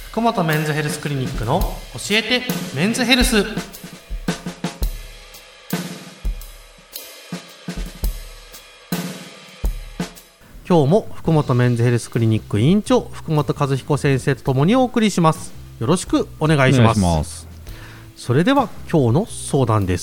福本メンズヘルスクリニックの教えてメンズヘルス。今日も福本メンズヘルスクリニック院長福本和彦先生とともにお送りします。よろしくお願いします。それでは今日の相談です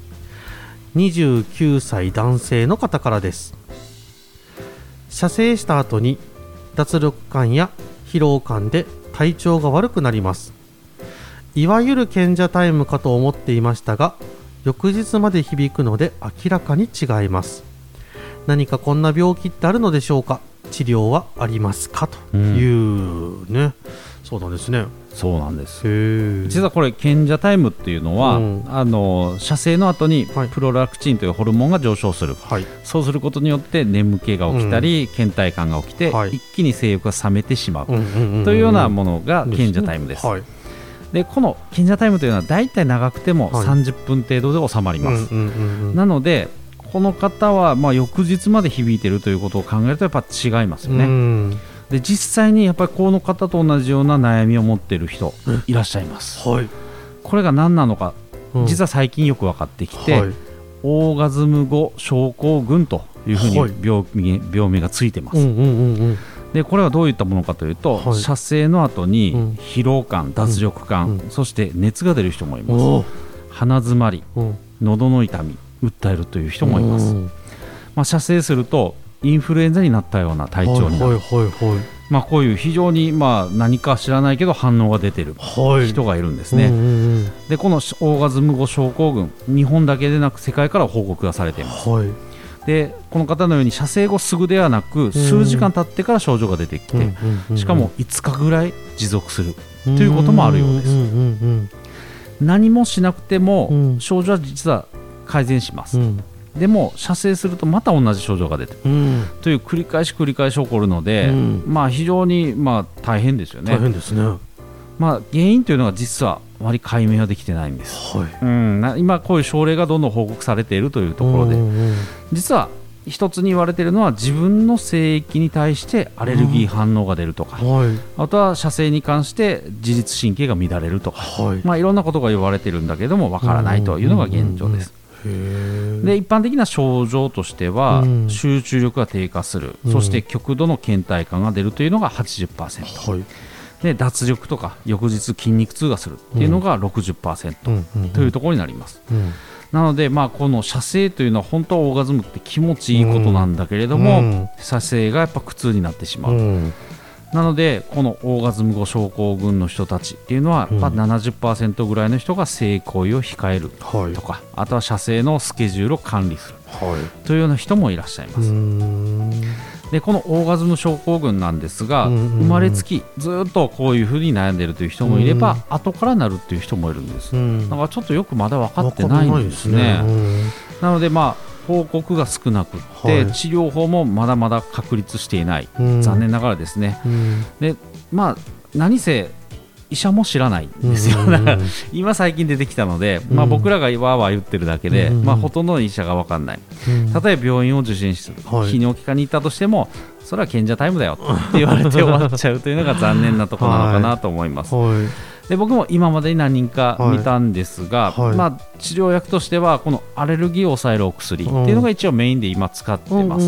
。29歳男性の方からです。射精した後に脱力感や疲労感で体調が悪くなります。いわゆる賢者タイムかと思っていましたが、翌日まで響くので明らかに違います。何かこんな病気ってあるのでしょうか。治療はありますか、というね、そうなんですね。 そうなんです。実はこれ賢者タイムっていうのは、射精の後にプロラクチンというホルモンが上昇する、はい、そうすることによって眠気が起きたり、倦怠感が起きて、はい、一気に性欲が冷めてしまう、というようなものが賢者タイムです。でこの賢者タイムというのはだいたい長くても30分程度で収まります。なのでこの方は翌日まで響いているということを考えるとやっぱ違いますよね。で実際にやっぱりこの方と同じような悩みを持っている人いらっしゃいます。これが何なのか、実は最近よく分かってきて、オーガズム後症候群というふうに病名がついてます。でこれはどういったものかというと、射精の後に疲労感、脱力感、そして熱が出る人もいます。鼻詰まり、喉の痛み訴えるという人もいます。射精するとインフルエンザになったような体調になる、こういう非常に何か知らないけど反応が出ている人がいるんですね。でこのオーガズム後症候群、日本だけでなく世界から報告がされています。でこの方のように射精後すぐではなく数時間経ってから症状が出てきて、しかも5日ぐらい持続するということもあるようです。何もしなくても症状は実は改善します。でも射精するとまた同じ症状が出てくる、という繰り返し起こるので、非常に大変ですよね。大変ですね。原因というのが実はあまり解明はできてないんです。今こういう症例がどんどん報告されているというところで、実は一つに言われているのは自分の精液に対してアレルギー反応が出るとか、あとは射精に関して自律神経が乱れるとか、いろんなことが言われているんだけどもわからないというのが現状です。で一般的な症状としては、集中力が低下する、そして極度の倦怠感が出るというのが 80%、で脱力とか翌日筋肉痛がするっていうのが 60%、というところになります。なので、この射精というのは本当はオーガズムって気持ちいいことなんだけれども、射精がやっぱ苦痛になってしまう。なのでこのオーガズム後症候群の人たちっていうのは、70% ぐらいの人が性行為を控えるとか、あとは射精のスケジュールを管理する、というような人もいらっしゃいます。でこのオーガズム症候群なんですが、生まれつきずっとこういうふうに悩んでいるという人もいれば、後からなるっていう人もいるんです。だからちょっとよくまだ分かってないんですね。なので報告が少なくって、治療法もまだまだ確立していない、残念ながらですね。で何せ医者も知らないんですよ。だから今最近出てきたので、僕らがわーわー言ってるだけで、ほとんどの医者が分かんない。例えば病院を受診する、泌尿器科に行ったとしても、それは賢者タイムだよって言われて終わっちゃうというのが残念なところなのかなと思います。で僕も今までに何人か見たんですが、治療薬としてはこのアレルギーを抑えるお薬っていうのが一応メインで今使ってます。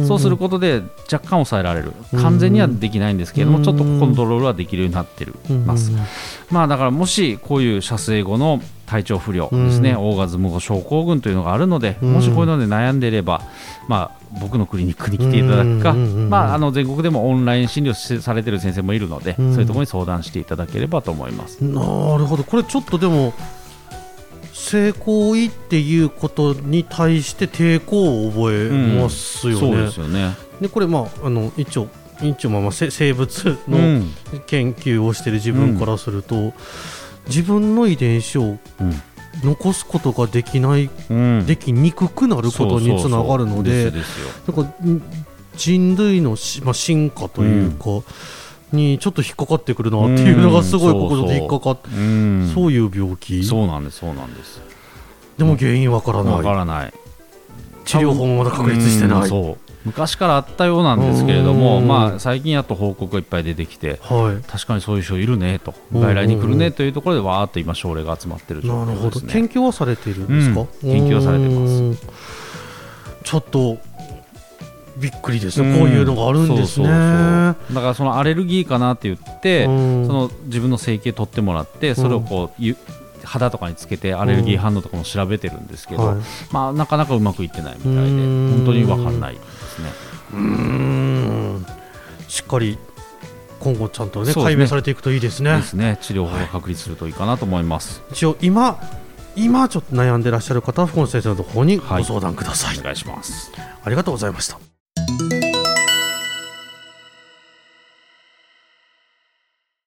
そうすることで若干抑えられる、完全にはできないんですけれども、ちょっとコントロールはできるようになってます。だからもしこういう射精後の体調不良ですね、オーガズム後症候群というのがあるので、もしこういうので悩んでいれば、僕のクリニックに来ていただくか、全国でもオンライン診療されている先生もいるので、そういうところに相談していただければと思います。 なるほど。これちょっとでも性行為っていうことに対して抵抗を覚えますよね。 そうですよね。 でこれ一応生物の研究をしている自分からすると、自分の遺伝子を残すことができにくくなることにつながるので、人類の進化というか、にちょっと引っかかってくるなっていうのがすごいここで引っかかって、そういう病気。 そうなんです。 でも原因わからない。 治療法もまだ確立してない。 そう昔からあったようなんですけれども、まあ、最近やっと報告がいっぱい出てきて、はい、確かにそういう人いるねと、外来に来るねというところでわーっと今症例が集まっている状況ですね。なるほど。 研究はされているんですか？ 研究はされてます。 ちょっとびっくりですね、こういうのがあるんですね。 だからそのアレルギーかなって言って、その自分の整形取ってもらって、それをこう肌とかにつけてアレルギー反応とかも調べてるんですけど、まあ、なかなかうまくいってないみたいで本当に分かんないですね。 しっかり今後ちゃんと、ね、解明されていくといいですね。 ですね。治療法が確立するといいかなと思います。 一応今ちょっと悩んでらっしゃる方は福本先生のところにご相談ください。 お願いします。 ありがとうございました。